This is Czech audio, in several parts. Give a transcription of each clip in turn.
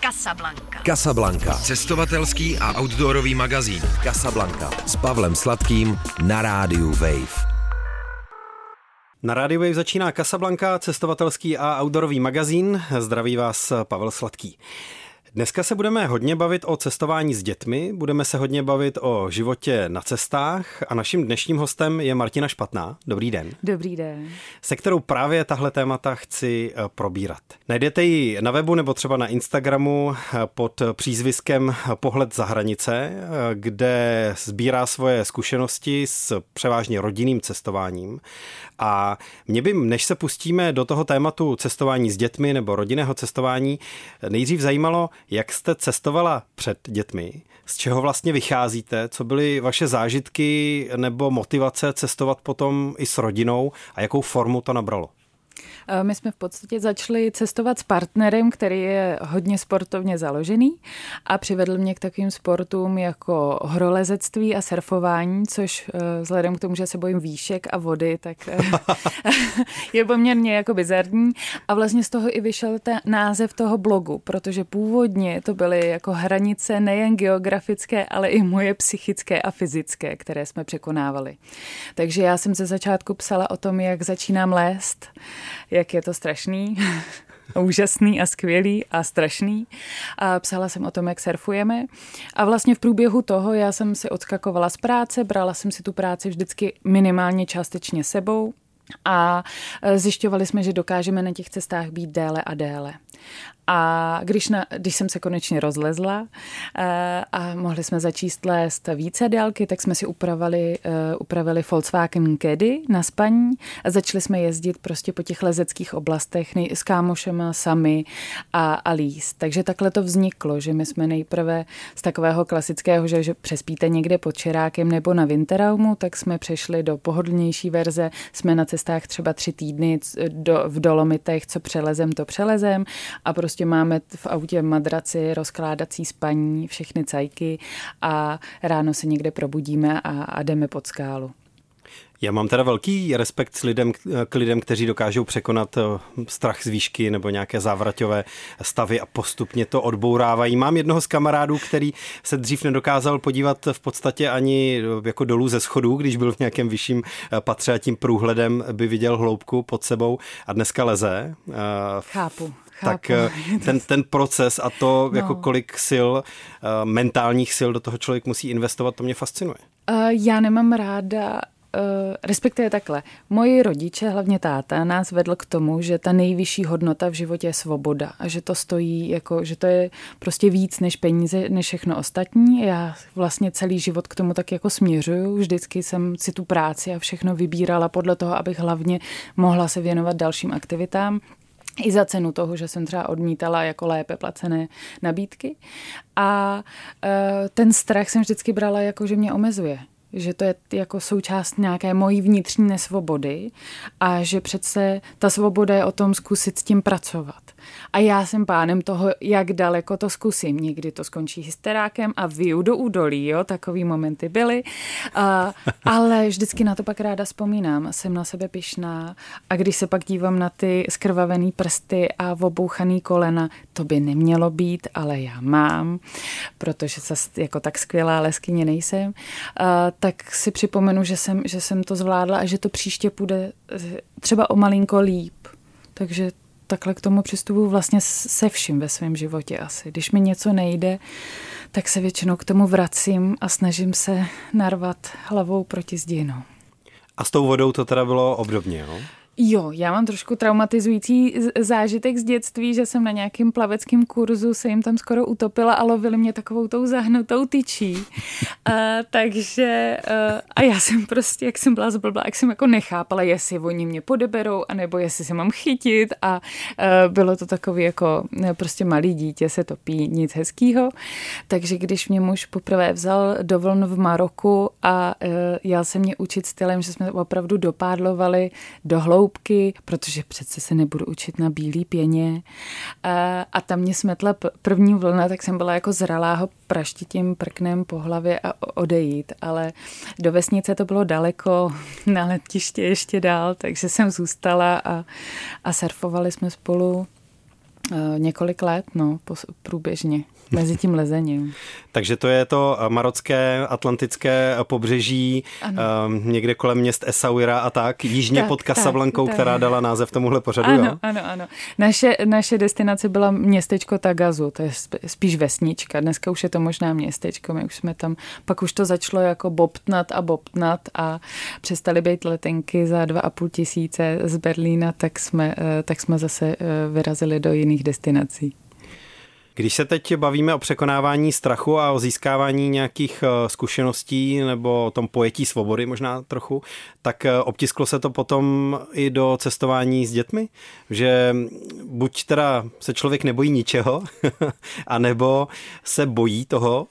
Casablanca. Cestovatelský a outdoorový magazín. Casablanca. S Pavlem Sladkým na rádiu Wave. Na rádiu Wave začíná Casablanca, cestovatelský a outdoorový magazín. Zdraví vás Pavel Sladký. Dneska se budeme hodně bavit o cestování s dětmi, budeme se hodně bavit o životě na cestách a naším dnešním hostem je Martina Špatná. Dobrý den. Dobrý den. Se kterou právě tahle témata chci probírat. Najdete ji na webu nebo třeba na Instagramu pod přízviskem Pohled za hranice, kde sbírá svoje zkušenosti s převážně rodinným cestováním. A mě by, než se pustíme do toho tématu cestování s dětmi nebo rodinného cestování, nejdřív zajímalo, jak jste cestovala před dětmi, z čeho vlastně vycházíte, co byly vaše zážitky nebo motivace cestovat potom i s rodinou a jakou formu to nabralo? My jsme v podstatě začali cestovat s partnerem, který je hodně sportovně založený a přivedl mě k takovým sportům jako horolezectví a surfování, což vzhledem k tomu, že se bojím výšek a vody, tak je poměrně jako bizarní. A vlastně z toho i vyšel ten název toho blogu, protože původně to byly jako hranice nejen geografické, ale i moje psychické a fyzické, které jsme překonávali. Takže já jsem ze začátku psala o tom, jak začínám lézt, jak je to strašný, úžasný a skvělý a strašný. A psala jsem o tom, jak surfujeme. A vlastně v průběhu toho já jsem si odskakovala z práce, brala jsem si tu práci vždycky minimálně částečně sebou a zjišťovali jsme, že dokážeme na těch cestách být déle a déle. A když jsem se konečně rozlezla a mohli jsme začít lézt více délky, tak jsme si upravili Volkswagen Caddy na spaní a začali jsme jezdit prostě po těch lezeckých oblastech s kámošema sami a líst. Takže takhle to vzniklo, že my jsme nejprve z takového klasického, že přespíte někde pod Čirákem nebo na Winterraumu, tak jsme přešli do pohodlnější verze. Jsme na cestách třeba 3 týdny v Dolomitech, co přelezem, to přelezem a prostě máme v autě madraci, rozkládací spaní, všechny cajky a ráno se někde probudíme a jdeme pod skálu. Já mám teda velký respekt k lidem, kteří dokážou překonat strach z výšky nebo nějaké závraťové stavy a postupně to odbourávají. Mám jednoho z kamarádů, který se dřív nedokázal podívat v podstatě ani jako dolů ze schodů, když byl v nějakém vyšším patře a tím průhledem by viděl hloubku pod sebou a dneska leze. Chápu. Tak ten proces a to, jako kolik sil, mentálních sil do toho člověk musí investovat, to mě fascinuje. Já nemám ráda, respektive takhle. Moji rodiče, hlavně táta, nás vedl k tomu, že ta nejvyšší hodnota v životě je svoboda a že to stojí, jako, že to je prostě víc než peníze, než všechno ostatní. Já vlastně celý život k tomu tak jako směřuju. Vždycky jsem si tu práci a všechno vybírala podle toho, abych hlavně mohla se věnovat dalším aktivitám. I za cenu toho, že jsem třeba odmítala jako lépe placené nabídky. A ten strach jsem vždycky brala jako, že mě omezuje. Že to je jako součást nějaké mojí vnitřní nesvobody a že přece ta svoboda je o tom zkusit s tím pracovat. A já jsem pánem toho, jak daleko to zkusím. Někdy to skončí hysterákem a vyju do údolí, jo, takový momenty byly. Ale vždycky na to pak ráda vzpomínám. Jsem na sebe pyšná a když se pak dívám na ty skrvavený prsty a obouchaný kolena, to by nemělo být, ale já mám, protože zase jako tak skvělá leskyně nejsem, tak si připomenu, že jsem to zvládla a že to příště půjde třeba o malinko líp. Takže takhle k tomu přistupuji vlastně se vším ve svém životě asi. Když mi něco nejde, tak se většinou k tomu vracím a snažím se narvat hlavou proti zdi. No. A s tou vodou to teda bylo obdobně, jo? Jo, já mám trošku traumatizující zážitek z dětství, že jsem na nějakém plaveckém kurzu se jim tam skoro utopila a lovili mě takovou tou zahnutou tyčí. Takže já jsem prostě, jak jsem byla zblblá, jak jsem jako nechápala, jestli oni mě podeberou, anebo jestli se mám chytit a bylo to takový jako prostě malý dítě se topí, nic hezkýho. Takže když mě muž poprvé vzal do vln v Maroku a jel se mě učit stylem, že jsme opravdu dopádlovali do hloubky, protože přece se nebudu učit na bílý pěně. A tam mě smetla první vlna, tak jsem byla jako zralá ho praštitím prknem po hlavě a odejít. Ale do vesnice to bylo daleko, na letiště ještě dál, takže jsem zůstala a surfovali jsme spolu Několik let, průběžně, mezi tím lezením. Takže to je to marocké atlantické pobřeží, někde kolem měst Essaouira a tak, jižně pod Casablankou, která dala název tomuhle pořadu, jo? Ano. Naše destinace byla městečko Tagazu, to je spíš vesnička, dneska už je to možná městečko, my už jsme tam, pak už to začalo jako bobtnat a přestaly být letenky za 2,5 tisíce z Berlína, tak jsme zase vyrazili do jiných destinací. Když se teď bavíme o překonávání strachu a o získávání nějakých zkušeností nebo o tom pojetí svobody možná trochu, tak obtisklo se to potom i do cestování s dětmi? Že buď teda se člověk nebojí ničeho, anebo se bojí toho,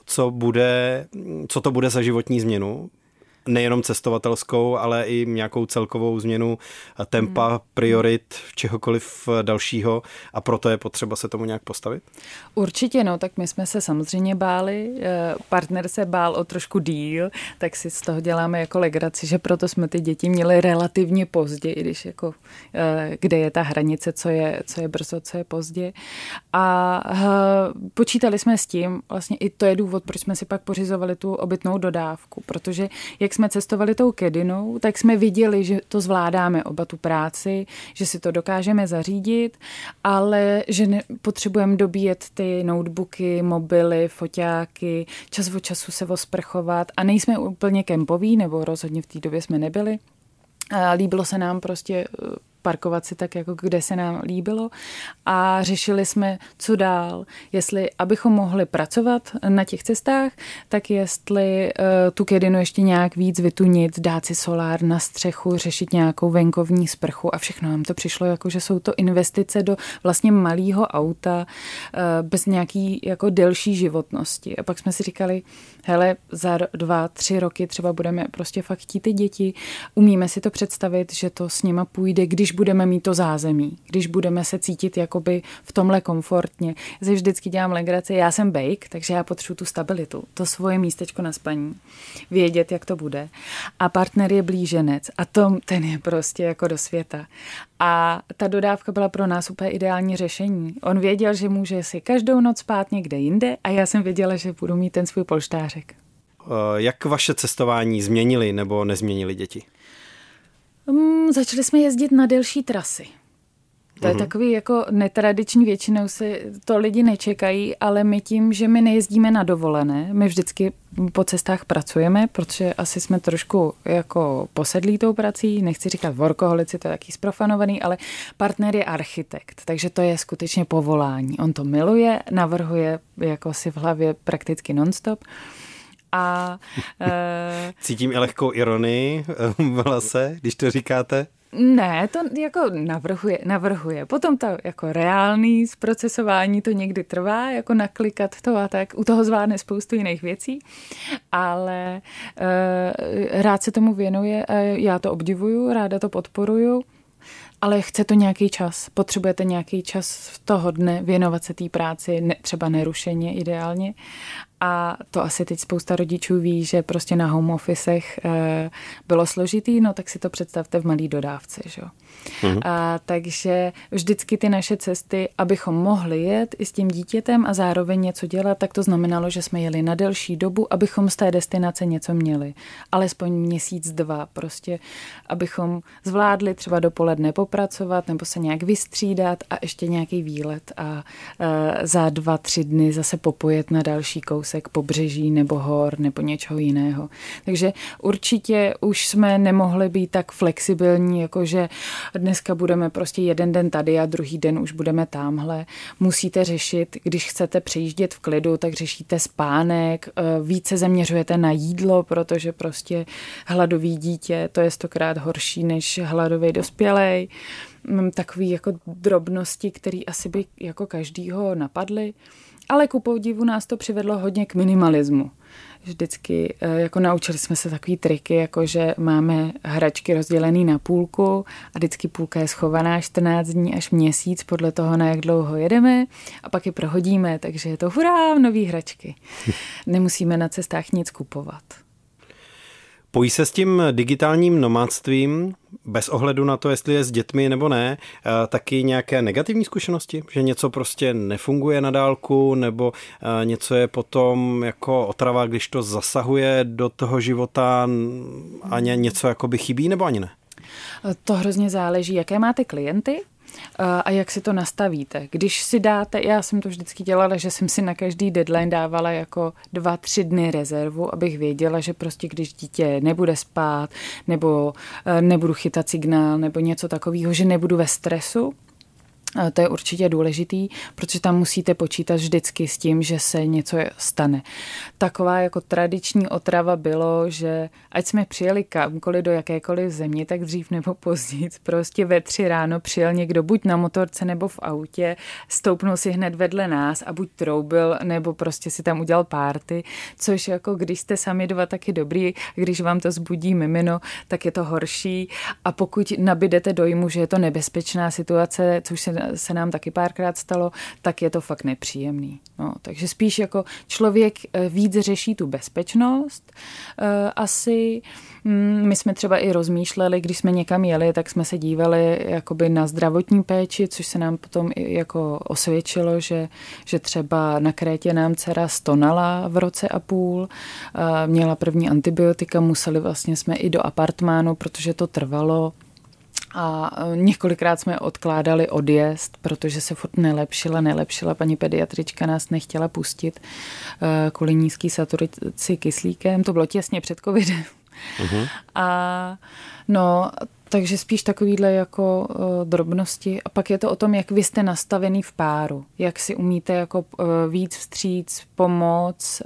co to bude za životní změnu, nejenom cestovatelskou, ale i nějakou celkovou změnu tempa, priorit, čehokoliv dalšího a proto je potřeba se tomu nějak postavit? Určitě, tak my jsme se samozřejmě báli, partner se bál o trošku díl, tak si z toho děláme jako legraci, že proto jsme ty děti měli relativně pozdě, i když jako kde je ta hranice, co je brzo, co je pozdě. A počítali jsme s tím, vlastně i to je důvod, proč jsme si pak pořizovali tu obytnou dodávku, protože jak jsme cestovali tou Kedinou, tak jsme viděli, že to zvládáme oba tu práci, že si to dokážeme zařídit, ale že potřebujeme dobíjet ty notebooky, mobily, foťáky, čas od času se osprchovat a nejsme úplně kempoví, nebo rozhodně v té době jsme nebyli. A líbilo se nám prostě parkovat si tak, jako kde se nám líbilo a řešili jsme, co dál. Jestli, abychom mohli pracovat na těch cestách, tak jestli tu Kedinu ještě nějak víc vytunit, dát si solár na střechu, řešit nějakou venkovní sprchu a všechno nám to přišlo, jako že jsou to investice do vlastně malého auta bez nějaký jako delší životnosti. A pak jsme si říkali, hele, za 2-3 roky třeba budeme prostě fakt chtít ty děti, umíme si to představit, že to s nima půjde, když budeme mít to zázemí, když budeme se cítit jakoby v tomhle komfortně. Já si vždycky dělám legraci, já jsem bejk, takže já potřebuji tu stabilitu, to svoje místečko na spaní, vědět, jak to bude. A partner je blíženec a ten je prostě jako do světa. A ta dodávka byla pro nás úplně ideální řešení. On věděl, že může si každou noc spát někde jinde a já jsem věděla, že budu mít ten svůj polštářek. Jak vaše cestování změnili nebo nezměnili děti? Začali jsme jezdit na delší trasy. To je takový jako netradiční, většinou si to lidi nečekají, ale my tím, že my nejezdíme na dovolené, my vždycky po cestách pracujeme, protože asi jsme trošku jako posedlí tou prací, nechci říkat workoholici, to je taky zprofanovaný, ale partner je architekt, takže to je skutečně povolání. On to miluje, navrhuje jako si v hlavě prakticky nonstop. A cítím i lehkou ironii v hlase, když to říkáte. Ne, to jako navrhuje. Potom to jako reálný zprocesování to někdy trvá, jako naklikat to a tak. U toho zvládne spoustu jiných věcí, ale rád se tomu věnuje, já to obdivuju, ráda to podporuju, ale chce to nějaký čas. Potřebujete nějaký čas v toho dne věnovat se té práci, třeba nerušeně ideálně. A to asi teď spousta rodičů ví, že prostě na home officech bylo složitý, no tak si to představte v malý dodávce, že jo. Takže vždycky ty naše cesty, abychom mohli jet i s tím dítětem a zároveň něco dělat, tak to znamenalo, že jsme jeli na delší dobu, abychom z té destinace něco měli. Alespoň měsíc, 2, prostě, abychom zvládli třeba dopoledne popracovat nebo se nějak vystřídat a ještě nějaký výlet a za 2-3 dny zase popojet na další kousek pobřeží nebo hor nebo něčeho jiného. Takže určitě už jsme nemohli být tak flexibilní, jakože dneska budeme prostě jeden den tady a druhý den už budeme támhle. Musíte řešit, když chcete přejíždět v klidu, tak řešíte spánek, více zaměřujete na jídlo, protože prostě hladový dítě, to je 100krát horší než hladový dospělej. Takový jako drobnosti, které asi by jako každýho napadly. Ale ku podivu nás to přivedlo hodně k minimalismu. Vždycky jako naučili jsme se takový triky, jako že máme hračky rozdělený na půlku a vždycky půlka je schovaná 14 dní až měsíc podle toho, na jak dlouho jedeme a pak je prohodíme, takže je to hurá, nový hračky. Nemusíme na cestách nic kupovat. Pojí se s tím digitálním nomádstvím, bez ohledu na to, jestli je s dětmi nebo ne, taky nějaké negativní zkušenosti? Že něco prostě nefunguje na dálku, nebo něco je potom jako otrava, když to zasahuje do toho života a něco jakoby chybí, nebo ani ne? To hrozně záleží, jaké máte klienty a jak si to nastavíte. Když si dáte, já jsem to vždycky dělala, že jsem si na každý deadline dávala jako 2-3 dny rezervu, abych věděla, že prostě když dítě nebude spát, nebo nebudu chytat signál, nebo něco takového, že nebudu ve stresu. To je určitě důležitý, protože tam musíte počítat vždycky s tím, že se něco stane. Taková jako tradiční otrava bylo, že ať jsme přijeli kamkoliv do jakékoliv země, tak dřív nebo později prostě ve 3 ráno přijel někdo buď na motorce nebo v autě, stoupnul si hned vedle nás a buď troubil, nebo prostě si tam udělal party, což jako když jste sami dva, tak je dobrý, když vám to zbudí mimino, tak je to horší a pokud nabídete dojmu, že je to nebezpečná situace, což se nám taky párkrát stalo, tak je to fakt nepříjemný. No, takže spíš jako člověk víc řeší tu bezpečnost. Asi my jsme třeba i rozmýšleli, když jsme někam jeli, tak jsme se dívali jakoby na zdravotní péči, což se nám potom i jako osvědčilo, že třeba na Krétě nám dcera stonala v roce a půl, měla první antibiotika, museli vlastně jsme i do apartmánu, protože to trvalo. A několikrát jsme odkládali odjezd, protože se furt nelepšila. Paní pediatrička nás nechtěla pustit kvůli nízký saturaci kyslíkem. To bylo těsně před covidem. Uh-huh. A no, takže spíš takovýhle jako drobnosti. A pak je to o tom, jak vy jste nastavený v páru. Jak si umíte jako víc vstříc, pomoct,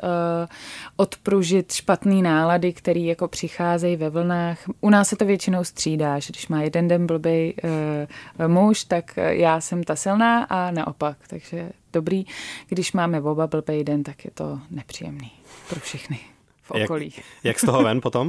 odpružit špatný nálady, které jako přicházejí ve vlnách. U nás se to většinou střídá, že když má jeden den blbej muž, tak já jsem ta silná a naopak. Takže dobrý. Když máme oba blbej den, tak je to nepříjemný pro všechny v okolí. Jak z toho ven potom?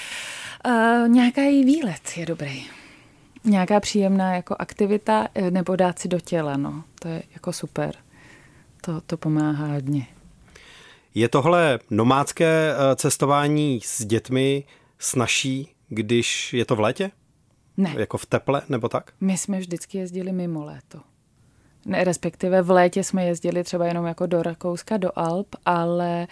Nějaký výlet je dobrý. Nějaká příjemná jako aktivita nebo dát si do těla, no. To je jako super. To pomáhá hodně. Je tohle nomádské cestování s dětmi snazší, když je to v létě? Ne. Jako v teple nebo tak? My jsme vždycky jezdili mimo léto. Ne, respektive v létě jsme jezdili třeba jenom jako do Rakouska, do Alp, ale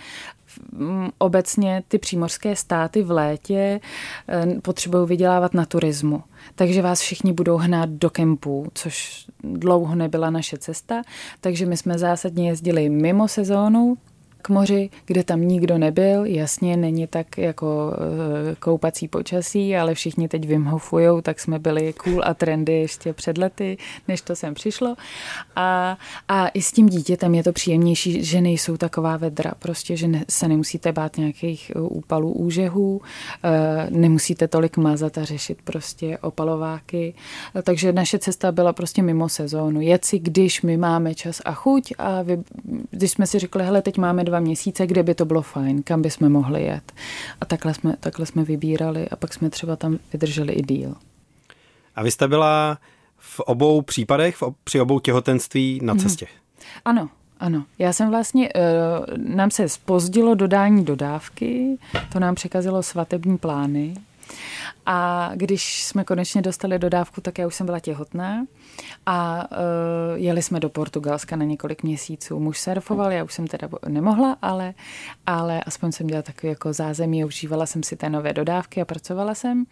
obecně ty přímořské státy v létě potřebují vydělávat na turismu. Takže vás všichni budou hnát do kempů, což dlouho nebyla naše cesta. Takže my jsme zásadně jezdili mimo sezónu k moři, kde tam nikdo nebyl. Jasně, není tak jako koupací počasí, ale všichni teď vymhofujou, tak jsme byli cool a trendy ještě před lety, než to sem přišlo. A i s tím dítětem je to příjemnější, že nejsou taková vedra, prostě, že se nemusíte bát nějakých úpalů, úžehů, nemusíte tolik mazat a řešit prostě opalováky. Takže naše cesta byla prostě mimo sezónu. Jet si, když my máme čas a chuť a když jsme si řekli, hele, teď máme 2 měsíce, kde by to bylo fajn, kam bychom mohli jet. A takhle jsme vybírali a pak jsme třeba tam vydrželi i díl. A vy jste byla v obou případech, při obou těhotenství na cestě? Ano. Já jsem vlastně, nám se zpozdilo dodání dodávky, to nám překazilo svatební plány. A když jsme konečně dostali dodávku, tak já už jsem byla těhotná a jeli jsme do Portugalska na několik měsíců. Muž surfoval, já už jsem teda nemohla, ale aspoň jsem dělala takový jako zázemí, užívala jsem si té nové dodávky a pracovala jsem.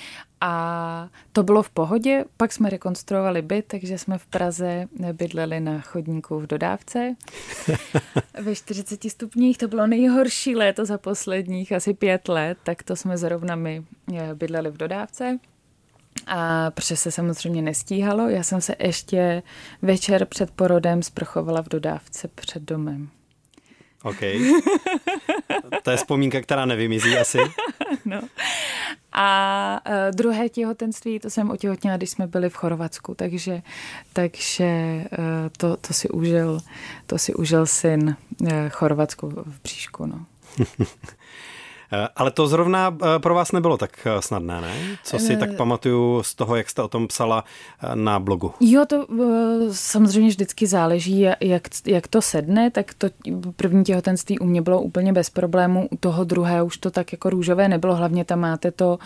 A to bylo v pohodě, pak jsme rekonstruovali byt, takže jsme v Praze bydleli na chodníku v dodávce ve 40 stupních. To bylo nejhorší léto za posledních asi 5 let, tak to jsme zrovna my bydleli v dodávce. A protože se samozřejmě nestíhalo, já jsem se ještě večer před porodem sprchovala v dodávce před domem. OK. To je vzpomínka, která nevymizí asi. No. A druhé těhotenství, to jsem otěhotněla, když jsme byli v Chorvatsku, takže to si užil syn Chorvatsku v bříšku. No. Ale to zrovna pro vás nebylo tak snadné, ne? Co si tak pamatuju z toho, jak jste o tom psala na blogu. Jo, to samozřejmě vždycky záleží, jak to sedne, tak to první těhotenství u mě bylo úplně bez problémů, u toho druhé už to tak jako růžové nebylo, hlavně tam máte to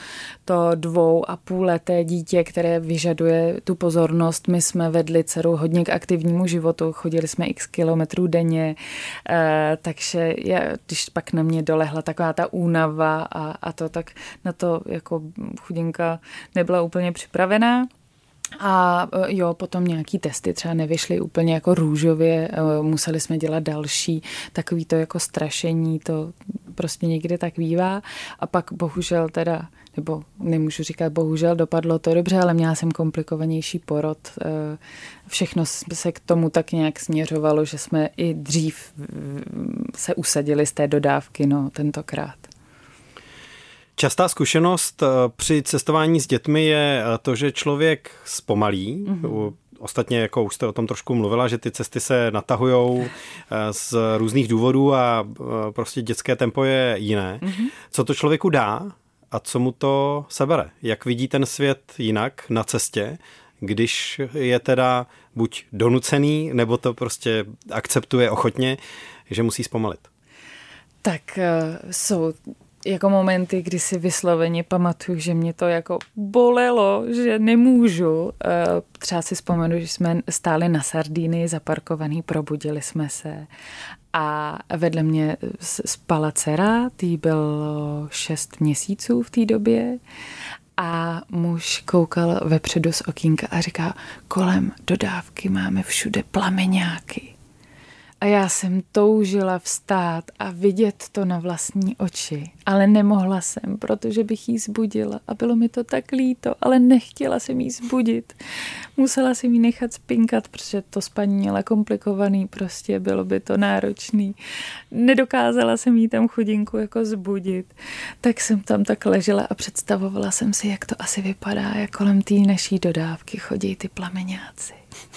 2,5leté dítě, které vyžaduje tu pozornost. My jsme vedli dceru hodně k aktivnímu životu, chodili jsme x kilometrů denně, takže když pak na mě dolehla taková ta únava a to, tak na to jako chudinka nebyla úplně připravená. A jo, potom nějaký testy třeba nevyšly úplně jako růžově, museli jsme dělat další, takový to jako strašení, to prostě někde tak bývá. A pak bohužel teda, nebo nemůžu říkat bohužel, dopadlo to dobře, ale měla jsem komplikovanější porod. Všechno se k tomu tak nějak směřovalo, že jsme i dřív se usadili z té dodávky, no tentokrát. Častá zkušenost při cestování s dětmi je to, že člověk zpomalí. Ostatně, jako už jste o tom trošku mluvila, že ty cesty se natahujou z různých důvodů a prostě dětské tempo je jiné. Co to člověku dá a co mu to sebere? Jak vidí ten svět jinak na cestě, když je teda buď donucený, nebo to prostě akceptuje ochotně, že musí zpomalit? Tak jsou jako momenty, kdy si vysloveně pamatuju, že mě to jako bolelo, že nemůžu. Třeba si vzpomenu, že jsme stáli na Sardinii zaparkovaný, probudili jsme se a vedle mě spala dcera, tý bylo 6 měsíců v té době a muž koukal vepředu z okýnka a říká, kolem dodávky máme všude plameňáky. A já jsem toužila vstát a vidět to na vlastní oči, ale nemohla jsem, protože bych jí zbudila a bylo mi to tak líto, ale nechtěla jsem jí zbudit. Musela jsem jí nechat spinkat, protože to spaní měla komplikovaný, prostě bylo by to náročný. Nedokázala jsem jí tam chudinku jako zbudit, tak jsem tam tak ležela a představovala jsem si, jak to asi vypadá, jak kolem té naší dodávky chodí ty plameňáci.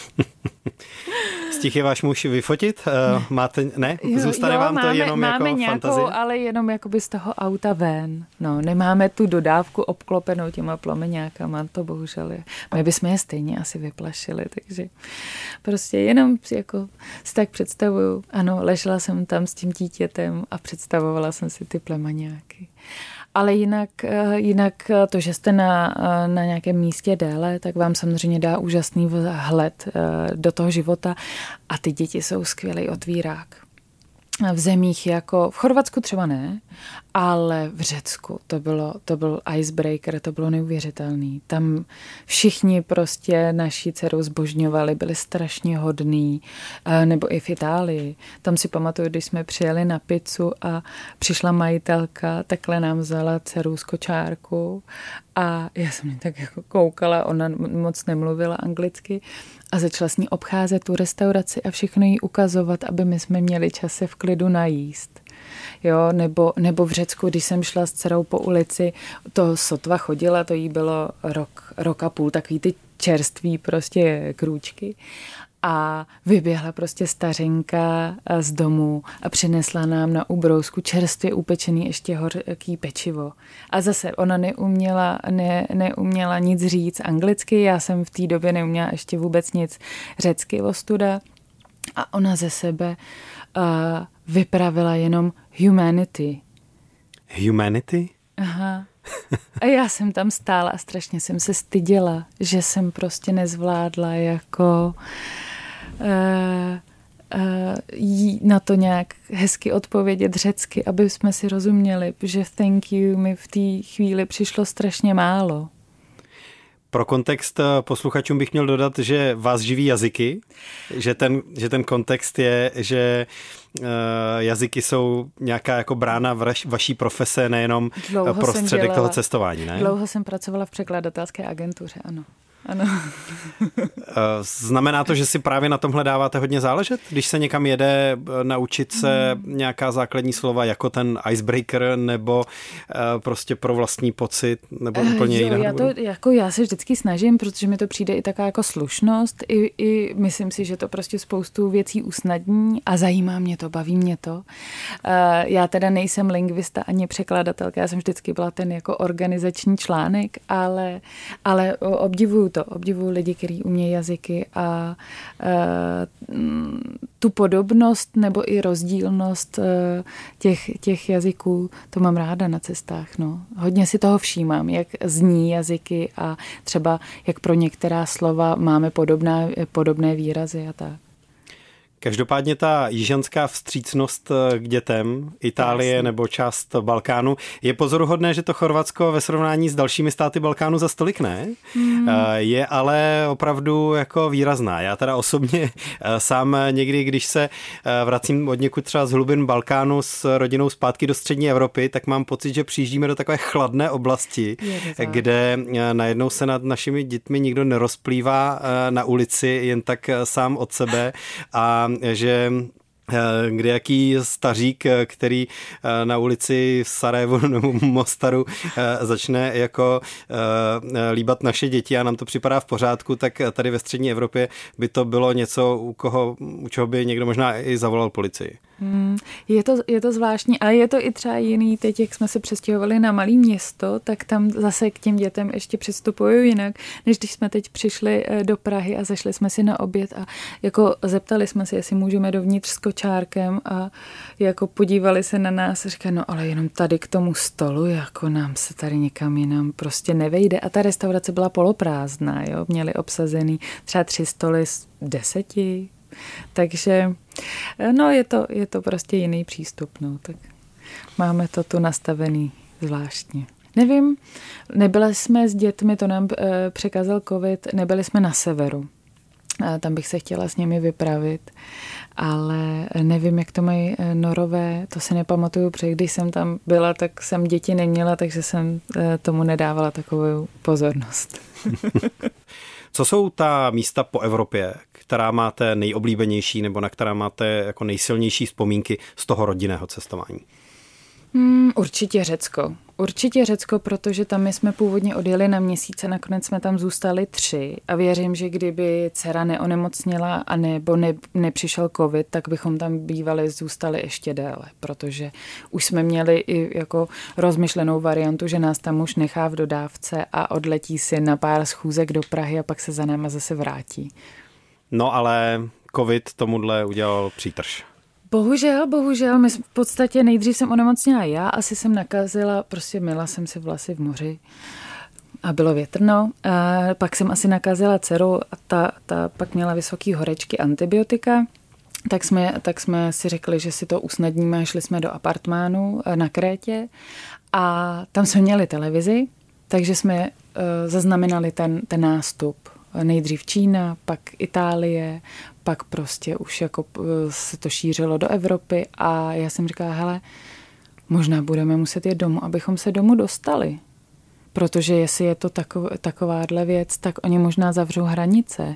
Stih je váš muž vyfotit? Máte, ne? Zůstane vám to jenom máme jako nějakou, fantazie? ale jenom jakoby z toho auta ven. No, nemáme tu dodávku obklopenou těma plameňákama, to bohužel je. My bychom je stejně asi vyplašili, takže prostě jenom jako si tak představuju. Ano, ležela jsem tam s tím dítětem a představovala jsem si ty plameňáky. Ale jinak to, že jste na nějakém místě déle, tak vám samozřejmě dá úžasný vhled do toho života a ty děti jsou skvělý otvírák. V zemích jako v Chorvatsku třeba ne, ale v Řecku to byl icebreaker, to bylo neuvěřitelný. Tam všichni prostě naší dceru zbožňovali, byli strašně hodný, nebo i v Itálii. Tam si pamatuju, když jsme přijeli na pizzu a přišla majitelka, takhle nám vzala dceru z kočárku a já jsem tak jako koukala, ona moc nemluvila anglicky a začala s ní obcházet tu restauraci a všechno jí ukazovat, aby my jsme měli čas se v klidu najíst. Jo, nebo v Řecku, když jsem šla s dcerou po ulici, to sotva chodila, to jí bylo rok a půl, takový ty čerství prostě krůčky. A vyběhla prostě stařenka z domu a přinesla nám na ubrousku čerstvě upečený ještě horký pečivo. A zase ona neuměla nic říct anglicky, já jsem v té době neuměla ještě vůbec nic řecky, ostuda. A ona ze sebe vypravila jenom humanity. Humanity? Aha. A já jsem tam stála a strašně jsem se styděla, že jsem prostě nezvládla jako jí na to nějak hezky odpovědět řecky, aby jsme si rozuměli, že thank you mi v té chvíli přišlo strašně málo. Pro kontext posluchačům bych měl dodat, že vás živí jazyky, že ten kontext je, že jazyky jsou nějaká jako brána vaší profese, nejenom prostředek toho cestování, ne? Dlouho jsem pracovala v překladatelské agentuře, ano. Ano. Znamená to, že si právě na tomhle dáváte hodně záležet? Když se někam jede naučit se nějaká základní slova jako ten icebreaker nebo prostě pro vlastní pocit nebo úplně jiného? Já se vždycky snažím, protože mi to přijde i taková jako slušnost. I myslím si, že to prostě spoustu věcí usnadní a zajímá mě to, baví mě to. Já teda nejsem lingvista ani překladatelka, já jsem vždycky byla ten jako organizační článek, ale obdivuju lidi, kteří umějí jazyky a tu podobnost nebo i rozdílnost těch jazyků, to mám ráda na cestách. No. Hodně si toho všímám, jak zní jazyky a třeba jak pro některá slova máme podobné výrazy a tak. Každopádně ta jižanská vstřícnost k dětem, Itálie nebo část Balkánu, je pozoruhodné, že to Chorvatsko ve srovnání s dalšími státy Balkánu za stolik ne. Je ale opravdu jako výrazná. Já teda osobně sám někdy, když se vracím od někud třeba z hlubin Balkánu s rodinou zpátky do střední Evropy, tak mám pocit, že přijíždíme do takové chladné oblasti, kde najednou se nad našimi dětmi nikdo nerozplývá na ulici jen tak sám od sebe a že kdejaký stařík, který na ulici v Sarajevu nebo Mostaru začne jako líbat naše děti a nám to připadá v pořádku, tak tady ve střední Evropě by to bylo něco, u čeho by někdo možná i zavolal policii. Je to zvláštní, ale je to i třeba jiný. Teď, jak jsme se přestěhovali na malé město, tak tam zase k těm dětem ještě přistupují jinak, než když jsme teď přišli do Prahy a zašli jsme si na oběd a jako zeptali jsme si, jestli můžeme dovnitř s kočárkem a jako podívali se na nás a říkali, no ale jenom tady k tomu stolu, jako nám se tady nikam jinam prostě nevejde. A ta restaurace byla poloprázdná, jo? Měli obsazený třeba 3 stoly z 10. Takže no je to prostě jiný přístup, no, tak máme to tu nastavený zvláštně. Nevím, nebyli jsme s dětmi, to nám překazal covid, nebyli jsme na severu. Tam bych se chtěla s nimi vypravit, ale nevím, jak to mají Norové, to si nepamatuju, protože když jsem tam byla, tak jsem děti neměla, takže jsem tomu nedávala takovou pozornost. Co jsou ta místa po Evropě, která máte nejoblíbenější nebo na která máte jako nejsilnější vzpomínky z toho rodinného cestování? Určitě Řecko, protože tam my jsme původně odjeli na měsíc a nakonec jsme tam zůstali 3 a věřím, že kdyby dcera neonemocněla a nebo nepřišel covid, tak bychom tam zůstali ještě déle, protože už jsme měli i jako rozmyšlenou variantu, že nás tam už nechá v dodávce a odletí si na pár schůzek do Prahy a pak se za náma zase vrátí. No ale covid tomuhle udělal přítrž. Bohužel, my v podstatě nejdřív jsem onemocněla já, asi jsem nakazila, prostě myla jsem si vlasy v moři a bylo větrno. A pak jsem asi nakazila dceru a ta pak měla vysoký horečky, antibiotika, tak jsme si řekli, že si to usnadníme a šli jsme do apartmánu na Krétě a tam jsme měli televizi, takže jsme zaznamenali ten nástup. Nejdřív Čína, pak Itálie, pak prostě už jako se to šířilo do Evropy a já jsem říkala, hele, možná budeme muset jít domů, abychom se domů dostali. Protože jestli je to takováhle věc, tak oni možná zavřou hranice.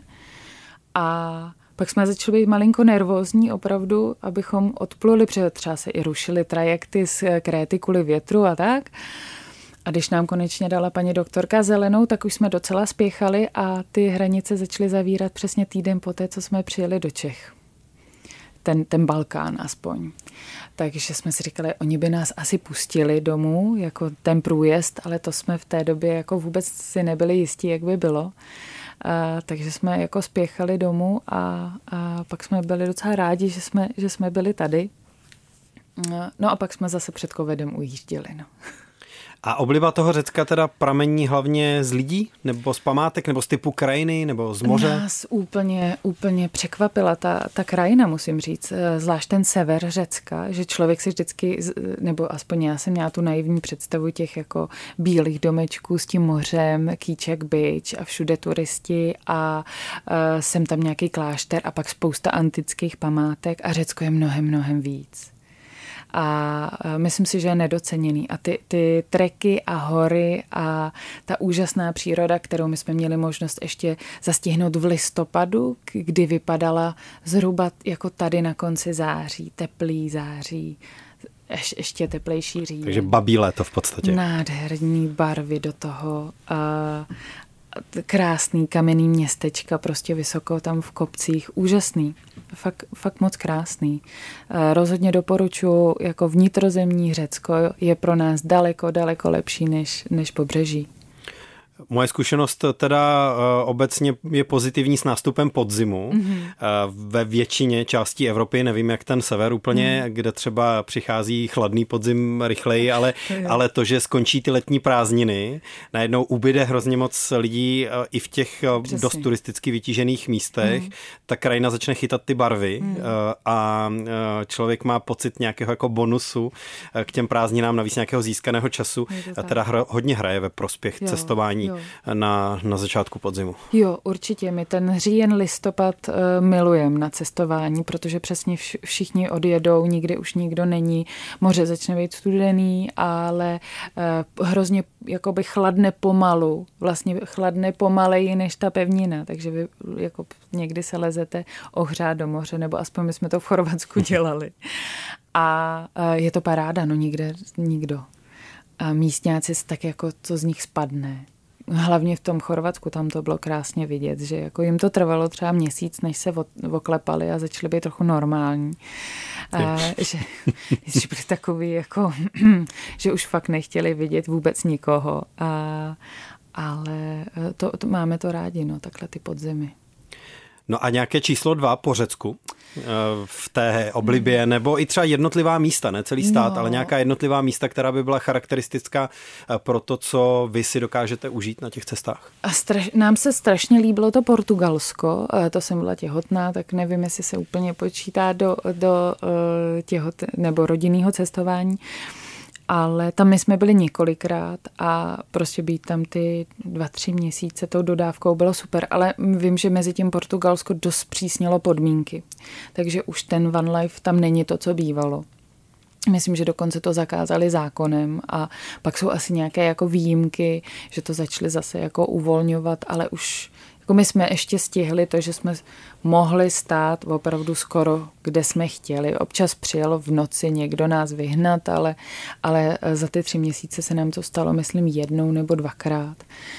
A pak jsme začali být malinko nervózní opravdu, abychom odpluli, protože třeba se i rušily trajekty z Kréty kvůli větru a tak. A když nám konečně dala paní doktorka zelenou, tak už jsme docela spěchali a ty hranice začaly zavírat přesně týden poté, co jsme přijeli do Čech. Ten Balkán aspoň. Takže jsme si říkali, oni by nás asi pustili domů, jako ten průjezd, ale to jsme v té době jako vůbec si nebyli jistí, jak by bylo. Takže jsme jako spěchali domů a pak jsme byli docela rádi, že jsme byli tady. No a pak jsme zase před covidem ujížděli, no. A obliba toho Řecka teda pramení hlavně z lidí? Nebo z památek? Nebo z typu krajiny? Nebo z moře? Nás úplně překvapila ta krajina, musím říct. Zvlášť ten sever Řecka, že člověk si vždycky, nebo aspoň já jsem měla tu naivní představu těch jako bílých domečků s tím mořem, Kýčak Beach a všude turisti a jsem tam nějaký klášter a pak spousta antických památek a Řecko je mnohem víc. a myslím si, že je nedoceněný. A ty treky a hory a ta úžasná příroda, kterou my jsme měli možnost ještě zastihnout v listopadu, kdy vypadala zhruba jako tady na konci září, teplý září, ještě teplejší říjen. Takže babí léto v podstatě. Nádherní barvy do toho. Krásný kamenný městečka, prostě vysoko tam v kopcích. Úžasný. Fakt moc krásný. Rozhodně doporučuji, jako vnitrozemní Řecko je pro nás daleko lepší než pobřeží. Moje zkušenost teda obecně je pozitivní s nástupem podzimu. Ve většině částí Evropy, nevím jak ten sever úplně, kde třeba přichází chladný podzim rychleji, ale to, že skončí ty letní prázdniny, najednou ubyde hrozně moc lidí i v těch dost turisticky vytížených místech, ta krajina začne chytat ty barvy a člověk má pocit nějakého jako bonusu k těm prázdninám, navíc nějakého získaného času, teda hodně hraje ve prospěch cestování na začátku podzimu. Jo, určitě. My ten říjen, listopad milujeme na cestování, protože přesně všichni odjedou, nikdy už nikdo není, moře začne být studený, ale hrozně jakoby chladne pomalu, vlastně chladne pomaleji než ta pevnina, takže vy jako někdy se lezete ohřát do moře, nebo aspoň my jsme to v Chorvatsku dělali. A je to paráda, no nikdo. A místňáci tak jako co z nich spadne. Hlavně v tom Chorvatsku, tam to bylo krásně vidět, že jako jim to trvalo třeba měsíc, než se oklepali a začali být trochu normální. Že byli takový jako, že už fakt nechtěli vidět vůbec nikoho. Ale to máme to rádi, no, takhle ty podzimy. No a nějaké číslo 2 po Řecku v té oblibě, nebo i třeba jednotlivá místa, ne celý stát, ale nějaká jednotlivá místa, která by byla charakteristická pro to, co vy si dokážete užít na těch cestách? Nám se strašně líbilo to Portugalsko, to jsem byla těhotná, tak nevím, jestli se úplně počítá do nebo rodinného cestování. Ale tam my jsme byli několikrát a prostě být tam ty 2-3 měsíce tou dodávkou bylo super, ale vím, že mezi tím Portugalsko dost přísnilo podmínky, takže už ten van life tam není to, co bývalo. Myslím, že dokonce to zakázali zákonem a pak jsou asi nějaké jako výjimky, že to začali zase jako uvolňovat, ale už jako my jsme ještě stihli to, že jsme mohli stát opravdu skoro, kde jsme chtěli. Občas přijel v noci někdo nás vyhnat, ale za ty 3 měsíce se nám to stalo, myslím, 1 nebo 2krát.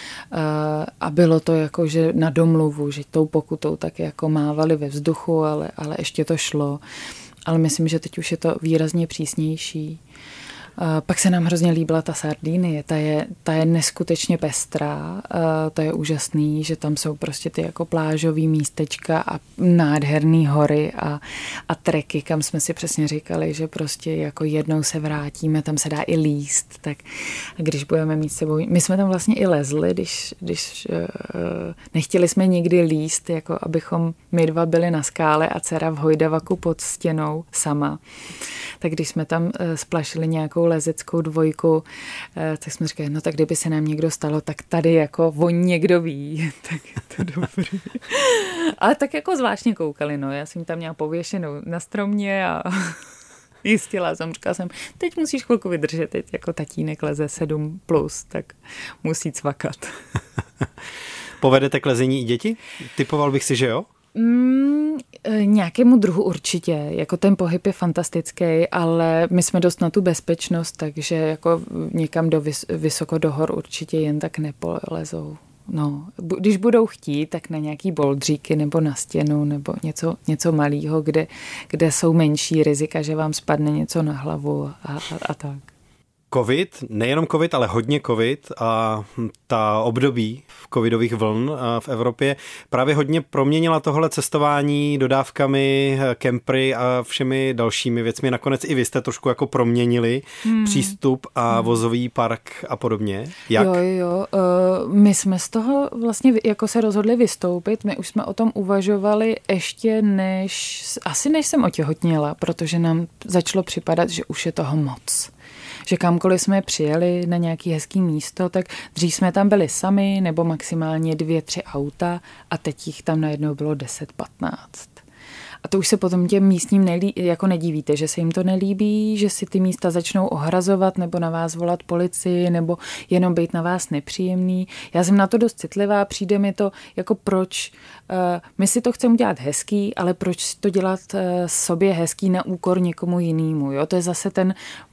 A bylo to jako, že na domluvu, že tou pokutou tak jako mávali ve vzduchu, ale ještě to šlo. Ale myslím, že teď už je to výrazně přísnější. Pak se nám hrozně líbila ta Sardinie, ta je neskutečně pestrá, to je úžasný, že tam jsou prostě ty jako plážový místečka a nádherný hory a treky, kam jsme si přesně říkali, že prostě jako jednou se vrátíme, tam se dá i líst, tak když budeme mít sebou, my jsme tam vlastně i lezli, když nechtěli jsme nikdy líst, jako abychom my 2 byli na skále a dcera v Hojdavaku pod stěnou sama, tak když jsme tam splašili nějakou lezeckou 2, tak jsme říkali, no tak kdyby se nám někdo stalo, tak tady jako on někdo ví, tak je to dobrý. Ale tak jako zvláštně koukali, no, já jsem tam měla pověšenou na stromě a jistila jsem, říkala jsem, teď musíš chvilku vydržet, teď jako tatínek leze 7+, tak musí cvakat. Povedete k lezení i děti? Typoval bych si, že jo? Nějakému druhu určitě, jako ten pohyb je fantastický, ale my jsme dost na tu bezpečnost, takže jako někam vysoko do hor určitě jen tak nepolezou. No, když budou chtít, tak na nějaký boldříky nebo na stěnu nebo něco malého, kde jsou menší rizika, že vám spadne něco na hlavu a tak. Covid, nejenom covid, ale hodně covid a ta období covidových vln v Evropě právě hodně proměnila tohle cestování dodávkami, kempry a všemi dalšími věcmi. Nakonec i vy jste trošku jako proměnili přístup a vozový park a podobně. Jak? Jo. My jsme z toho vlastně jako se rozhodli vystoupit. My už jsme o tom uvažovali ještě než jsem otěhotněla, protože nám začalo připadat, že už je toho moc. Že kamkoliv jsme přijeli na nějaký hezký místo, tak dřív jsme tam byli sami nebo maximálně 2-3 auta a teď jich tam najednou bylo 10-15. A to už se potom těm místním jako nedivíte, že se jim to nelíbí, že si ty místa začnou ohrazovat nebo na vás volat policii nebo jenom být na vás nepříjemný. Já jsem na to dost citlivá, přijde mi to jako proč, my si to chceme dělat hezký, ale proč to dělat sobě hezký na úkor někomu jinému. Jo? To je zase ten...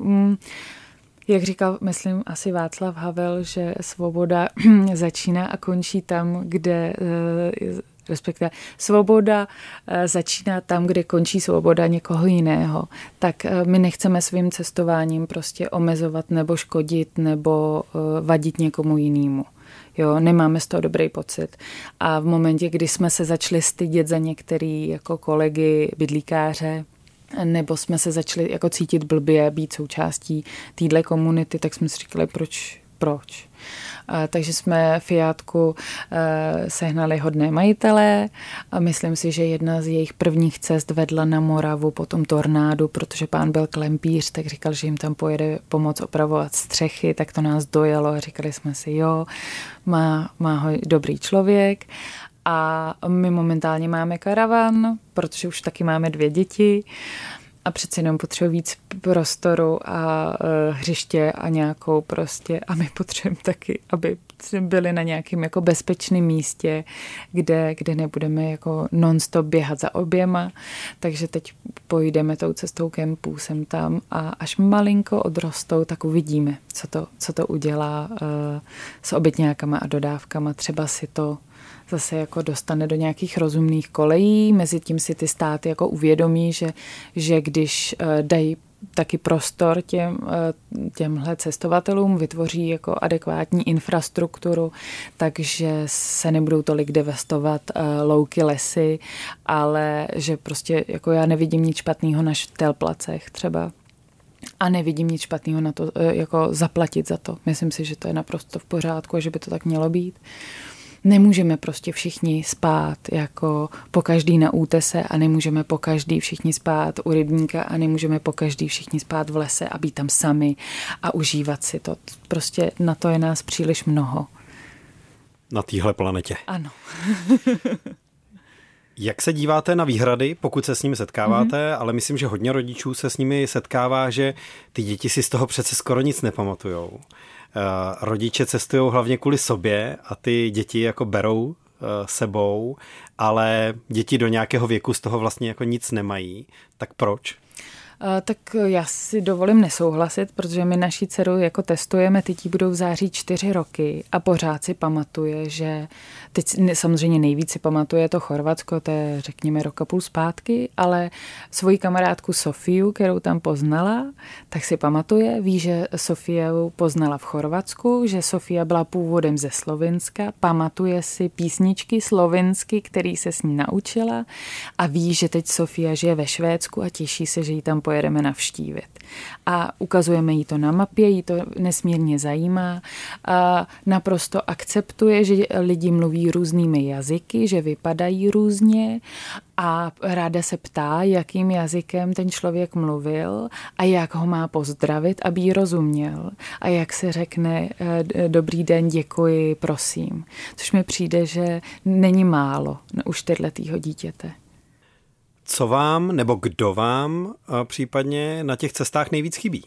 Jak říkal, myslím, asi Václav Havel, že svoboda začíná a končí tam, kde, respektive svoboda začíná tam, kde končí svoboda někoho jiného. Tak my nechceme svým cestováním prostě omezovat nebo škodit nebo vadit někomu jinému. Jo, nemáme z toho dobrý pocit. A v momentě, kdy jsme se začali stydět za některý jako kolegy bydlíkáře, nebo jsme se začali jako cítit blbě, být součástí téhle komunity, tak jsme si říkali, proč. Takže jsme Fiatku sehnali hodné majitele a myslím si, že jedna z jejich prvních cest vedla na Moravu po tom tornádu, protože pán byl klempíř, tak říkal, že jim tam pojede pomoct opravovat střechy, tak to nás dojalo a říkali jsme si, jo, má ho dobrý člověk. A my momentálně máme karavan, protože už taky máme 2 děti a přeci jenom potřebuji víc prostoru a hřiště a nějakou prostě a my potřebujeme taky, aby byli na nějakém jako bezpečném místě, kde nebudeme jako non-stop běhat za oběma, takže teď pojdeme tou cestou kempů sem tam a až malinko odrostou, tak uvidíme, co to udělá s obytňákama a dodávkama, třeba si to zase jako dostane do nějakých rozumných kolejí, mezi tím si ty státy jako uvědomí, že když dají taky prostor těmhle cestovatelům, vytvoří jako adekvátní infrastrukturu, takže se nebudou tolik devastovat louky, lesy, ale že prostě jako já nevidím nic špatného na štelplacech třeba. A nevidím nic špatného na to, jako zaplatit za to. Myslím si, že to je naprosto v pořádku a že by to tak mělo být. Nemůžeme prostě všichni spát jako po každý na útese a nemůžeme po každý všichni spát u rybníka a nemůžeme po každý všichni spát v lese a být tam sami a užívat si to. Prostě na to je nás příliš mnoho. Na téhle planetě. Ano. Jak se díváte na výhrady, pokud se s nimi setkáváte, ale myslím, že hodně rodičů se s nimi setkává, že ty děti si z toho přece skoro nic nepamatujou. Rodiče cestují hlavně kvůli sobě a ty děti jako berou sebou, ale děti do nějakého věku z toho vlastně jako nic nemají. Tak proč? Tak já si dovolím nesouhlasit, protože my naši dceru jako testujeme, teď jí budou v září 4 roky a pořád si pamatuje, že teď samozřejmě nejvíc si pamatuje to Chorvatsko, to je řekněme 1,5 roku zpátky, ale svoji kamarádku Sofiju, kterou tam poznala, tak si pamatuje, ví, že Sofiu poznala v Chorvatsku, že Sofia byla původem ze Slovinska, pamatuje si písničky slovinsky, který se s ní naučila a ví, že teď Sofia žije ve Švédsku a těší se, že ji tam pojedeme navštívit. A ukazujeme jí to na mapě, jí to nesmírně zajímá a naprosto akceptuje, že lidi mluví různými jazyky, že vypadají různě a ráda se ptá, jakým jazykem ten člověk mluvil a jak ho má pozdravit, aby jí rozuměl a jak se řekne dobrý den, děkuji, prosím. Což mi přijde, že není málo u 4letého dítěte. Co vám nebo kdo vám případně na těch cestách nejvíc chybí?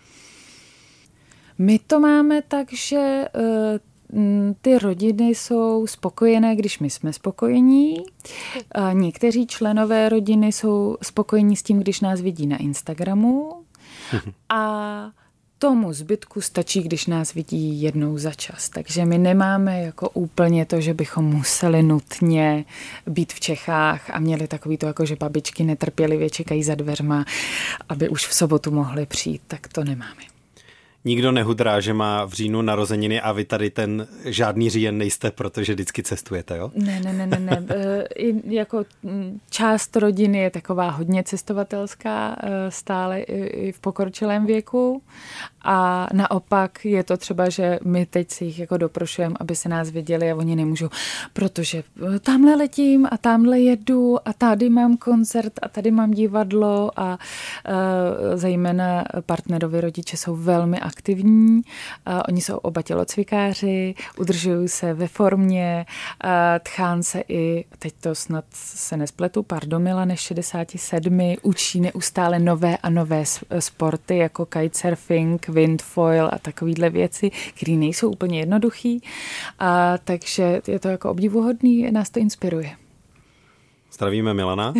My to máme tak, že ty rodiny jsou spokojené, když my jsme spokojení. Někteří členové rodiny jsou spokojení s tím, když nás vidí na Instagramu. A tomu zbytku stačí, když nás vidí jednou za čas. Takže my nemáme jako úplně to, že bychom museli nutně být v Čechách a měli takový to, jako že babičky netrpělivě čekají za dveřma, aby už v sobotu mohly přijít. Tak to nemáme. Nikdo nehudrá, že má v říjnu narozeniny a vy tady ten žádný říjen nejste, protože vždycky cestujete, jo? Ne. Jako část rodiny je taková hodně cestovatelská, stále i v pokročilém věku A naopak je to třeba, že my teď si jich jako doprošujeme, aby se nás viděli a oni nemůžou, protože tamhle letím a tamhle jedu a tady mám koncert a tady mám divadlo a zejména partnerovi rodiče jsou velmi aktivní. Oni jsou oba tělocvikáři, udržují se ve formě, tchán se i, teď to snad se nespletu, Pardomila než 67, učí neustále nové a nové sporty jako kitesurfing, windfoil a takovýhle věci, které nejsou úplně jednoduchý. Takže je to jako obdivuhodný, nás to inspiruje. Zdravíme Milana.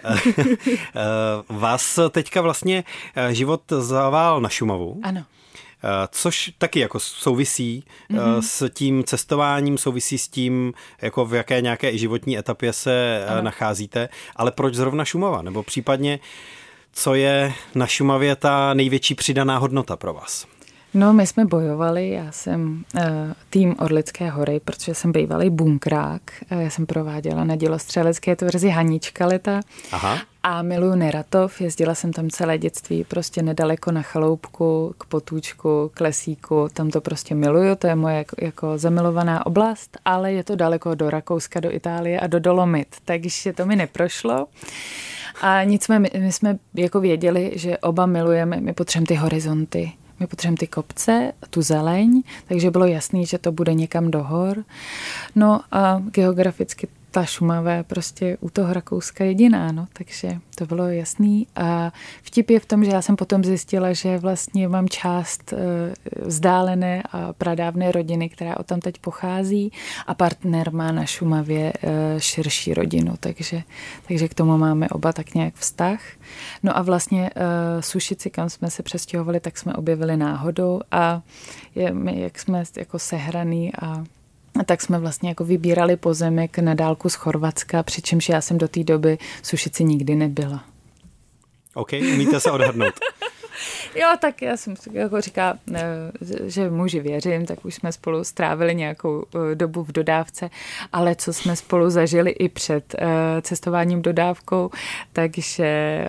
Vás teďka vlastně život zavál na Šumavu. Ano. Což taky jako souvisí s tím cestováním, souvisí s tím, jako v jaké nějaké životní etapě se nacházíte. Ale proč zrovna Šumava? Nebo případně, co je na Šumavě ta největší přidaná hodnota pro vás? No, my jsme bojovali, já jsem tým Orlické hory, protože jsem bývalý bunkrák. Já jsem prováděla na dělostřelecké tvrzi Hanička leta. Aha. A miluju Neratov, jezdila jsem tam celé dětství, prostě nedaleko na Chaloupku, k Potůčku, k Lesíku, tam to prostě miluju, to je moje jako zamilovaná oblast, ale je to daleko do Rakouska, do Itálie a do Dolomit, takže to mi neprošlo. A nicméně my jsme jako věděli, že oba milujeme, my potřebujeme ty horizonty. My potřebujeme ty kopce, tu zeleň, takže bylo jasný, že to bude někam do hor. No a geograficky ta Šumava je prostě u toho Rakouska jediná, no, takže to bylo jasný. A vtip je v tom, že já jsem potom zjistila, že vlastně mám část vzdálené a pradávné rodiny, která o tam teď pochází a partner má na Šumavě širší rodinu, takže k tomu máme oba tak nějak vztah. No a vlastně Sušici, kam jsme se přestěhovali, tak jsme objevili náhodou a my, jak jsme jako sehraný a tak jsme vlastně jako vybírali pozemek na dálku z Chorvatska, přičemž já jsem do té doby v Sušici nikdy nebyla. OK, umíte se odhadnout. Jo, tak já jsem jako říká, že muži věřím, tak už jsme spolu strávili nějakou dobu v dodávce, ale co jsme spolu zažili i před cestováním dodávkou, takže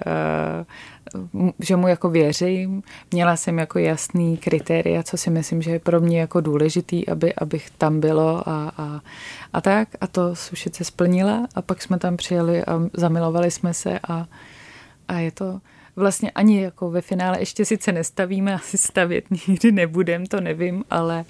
že mu jako věřím. Měla jsem jako jasný kritéria, co si myslím, že je pro mě jako důležitý, abych tam bylo a tak. A to Sušice splnila a pak jsme tam přijeli a zamilovali jsme se a je to vlastně ani jako ve finále ještě sice nestavíme, asi stavět nikdy nebudem, to nevím,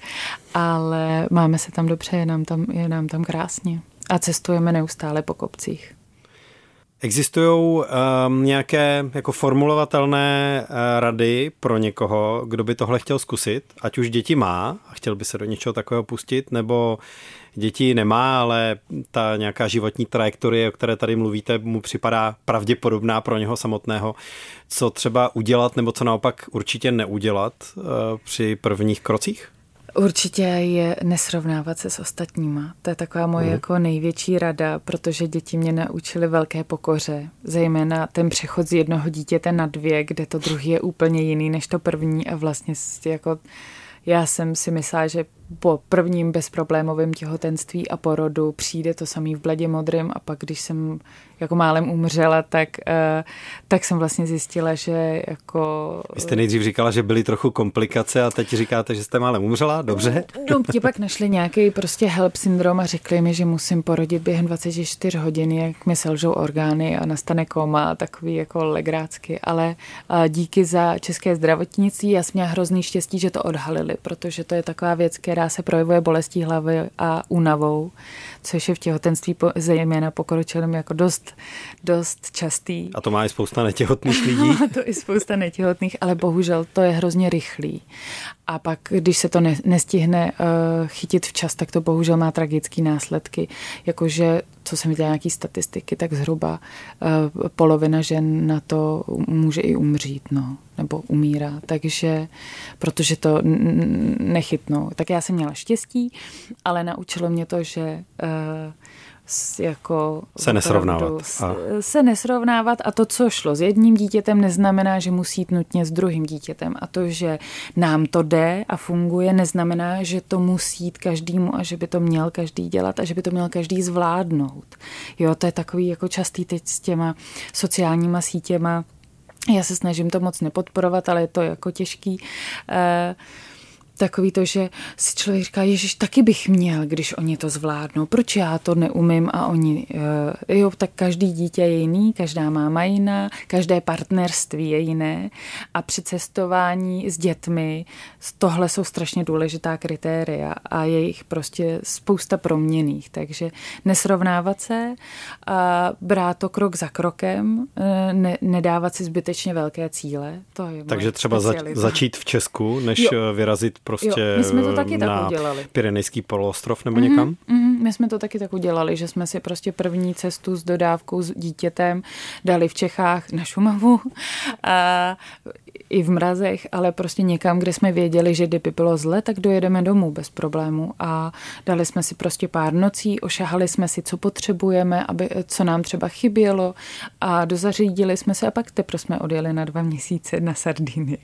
ale máme se tam dobře, je nám tam krásně a cestujeme neustále po kopcích. Existují nějaké jako formulovatelné rady pro někoho, kdo by tohle chtěl zkusit, ať už děti má a chtěl by se do něčeho takového pustit, nebo děti nemá, ale ta nějaká životní trajektorie, o které tady mluvíte, mu připadá pravděpodobná pro něho samotného. Co třeba udělat, nebo co naopak určitě neudělat při prvních krocích? Určitě je nesrovnávat se s ostatníma. To je taková moje jako největší rada, protože děti mě naučily velké pokoře. Zejména ten přechod z jednoho dítěte na dvě, kde to druhý je úplně jiný než to první a vlastně jako já jsem si myslela, že po prvním bezproblémovém těhotenství a porodu přijde to samý v bledě modrým a pak, když jsem jako málem umřela, tak jsem vlastně zjistila, že jako... Vy jste nejdřív říkala, že byly trochu komplikace a teď říkáte, že jste málem umřela, dobře? No, mě pak našli nějaký prostě HELP syndrom a řekli mi, že musím porodit během 24 hodin, jak mi selžou orgány a nastane koma a takový jako legrácky, ale díky za české zdravotnictví, já jsem měla hrozný štěstí, že to odhalili, protože to je taková věc, která se projevuje bolestí hlavy a únavou, což je v těhotenství zejména pokročilým jako dost častý. A to má i spousta netěhotných lidí. Má to i spousta netěhotných, ale bohužel to je hrozně rychlý. A pak, když se to nestihne chytit včas, tak to bohužel má tragické následky. Jakože, co jsem viděla nějaký statistiky, tak zhruba polovina žen na to může i umřít, no, nebo umírá. Takže, protože to nechytnou. Tak já jsem měla štěstí, ale naučilo mě to, že jako se nesrovnávat a to, co šlo s jedním dítětem, neznamená, že musí jít nutně s druhým dítětem a to, že nám to jde a funguje, neznamená, že to musí jít každému a že by to měl každý dělat a že by to měl každý zvládnout. Jo, to je takový jako častý teď s těma sociálníma sítěma, Já se snažím to moc nepodporovat, ale je to jako těžký. Takový to, že si člověk říká, ježiš, taky bych měl, když oni to zvládnou. Proč já to neumím a oni, jo, tak každý dítě je jiný, každá máma jiná, každé partnerství je jiné a při cestování s dětmi tohle jsou strašně důležitá kritéria a je jich prostě spousta proměnných, takže nesrovnávat se a brát to krok za krokem, nedávat si zbytečně velké cíle. To je takže třeba začít v Česku, než vyrazit prostě my jsme to taky na tak udělali. Pyrenejský poloostrov nebo někam? My jsme to taky tak udělali, že jsme si prostě první cestu s dodávkou s dítětem dali v Čechách na Šumavu a i v mrazech, ale prostě někam, kde jsme věděli, že kdyby bylo zle, tak dojedeme domů bez problému a dali jsme si prostě pár nocí, ošahali jsme si, co potřebujeme, co nám třeba chybělo a dozařídili jsme se a pak teprve jsme odjeli na 2 měsíce na Sardinii.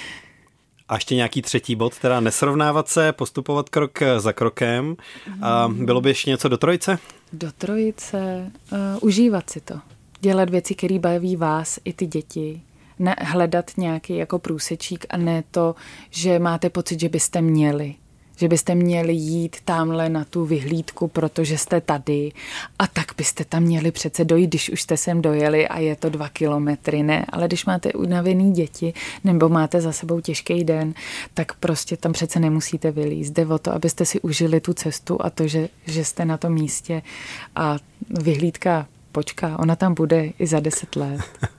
A ještě nějaký třetí bod, teda nesrovnávat se, postupovat krok za krokem. A bylo by ještě něco do trojice? Do trojice, užívat si to. Dělat věci, které baví vás i ty děti. Hledat nějaký jako průsečík a ne to, že máte pocit, že byste měli jít tamhle na tu vyhlídku, protože jste tady a tak byste tam měli přece dojít, když už jste sem dojeli a je to 2 kilometry, ne, ale když máte unavený děti nebo máte za sebou těžký den, tak prostě tam přece nemusíte vylízt. Jde o to, abyste si užili tu cestu a to, že jste na tom místě a vyhlídka počká, ona tam bude i za 10 let.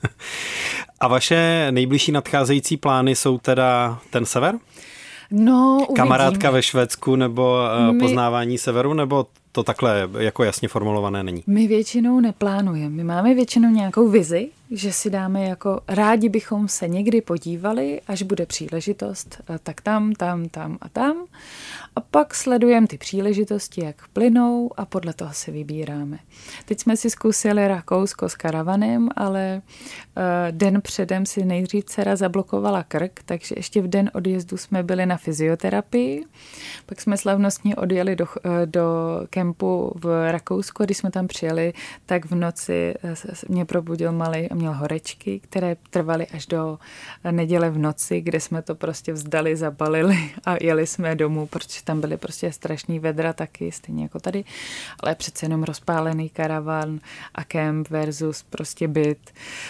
A vaše nejbližší nadcházející plány jsou teda ten sever? No, uvidím. Kamarádka ve Švédsku nebo poznávání severu, nebo to takhle jako jasně formulované není? My většinou neplánujeme. My máme většinou nějakou vizi, že si dáme jako rádi bychom se někdy podívali, až bude příležitost, tak tam a tam. A pak sledujeme ty příležitosti, jak plynou a podle toho se vybíráme. Teď jsme si zkusili Rakousko s karavanem, ale den předem si nejdřív dcera zablokovala krk, takže ještě v den odjezdu jsme byli na fyzioterapii. Pak jsme slavnostně odjeli do kempu v Rakousku. Když jsme tam přijeli, tak v noci mě probudil malej a měl horečky, které trvaly až do neděle v noci, kde jsme to prostě vzdali, zabalili a jeli jsme domů, protože tam byly prostě strašný vedra taky, stejně jako tady, ale přece jenom rozpálený karavan a kemp versus prostě byt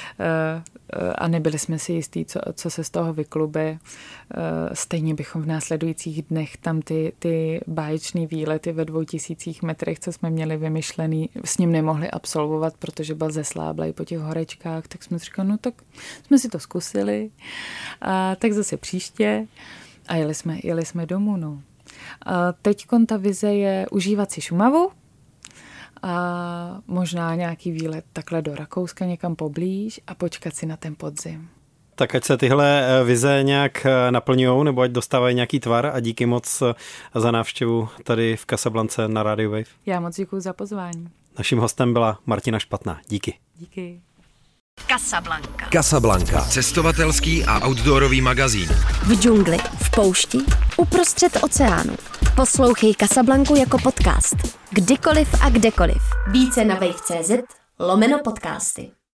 a nebyli jsme si jistí, co se z toho vyklube. Stejně bychom v následujících dnech tam ty báječný výlety ve 2000 metrech, co jsme měli vymyšlený, s ním nemohli absolvovat, protože byl zesláblej po těch horečkách, tak jsme říkali, no tak jsme si to zkusili a tak zase příště a jeli jsme domů, no. A teďkon ta vize je užívat si Šumavu a možná nějaký výlet takhle do Rakouska někam poblíž a počkat si na ten podzim. Tak ať se tyhle vize nějak naplňujou, nebo ať dostávají nějaký tvar a díky moc za návštěvu tady v Casablance na Radio Wave. Já moc děkuji za pozvání. Naším hostem byla Martina Špatná. Díky. Díky. Casablanca. Cestovatelský a outdoorový magazín. V džungli, v poušti, uprostřed oceánu. Poslouchej Casablancu jako podcast. Kdykoliv a kdekoliv. Více na wave.cz/podcasty.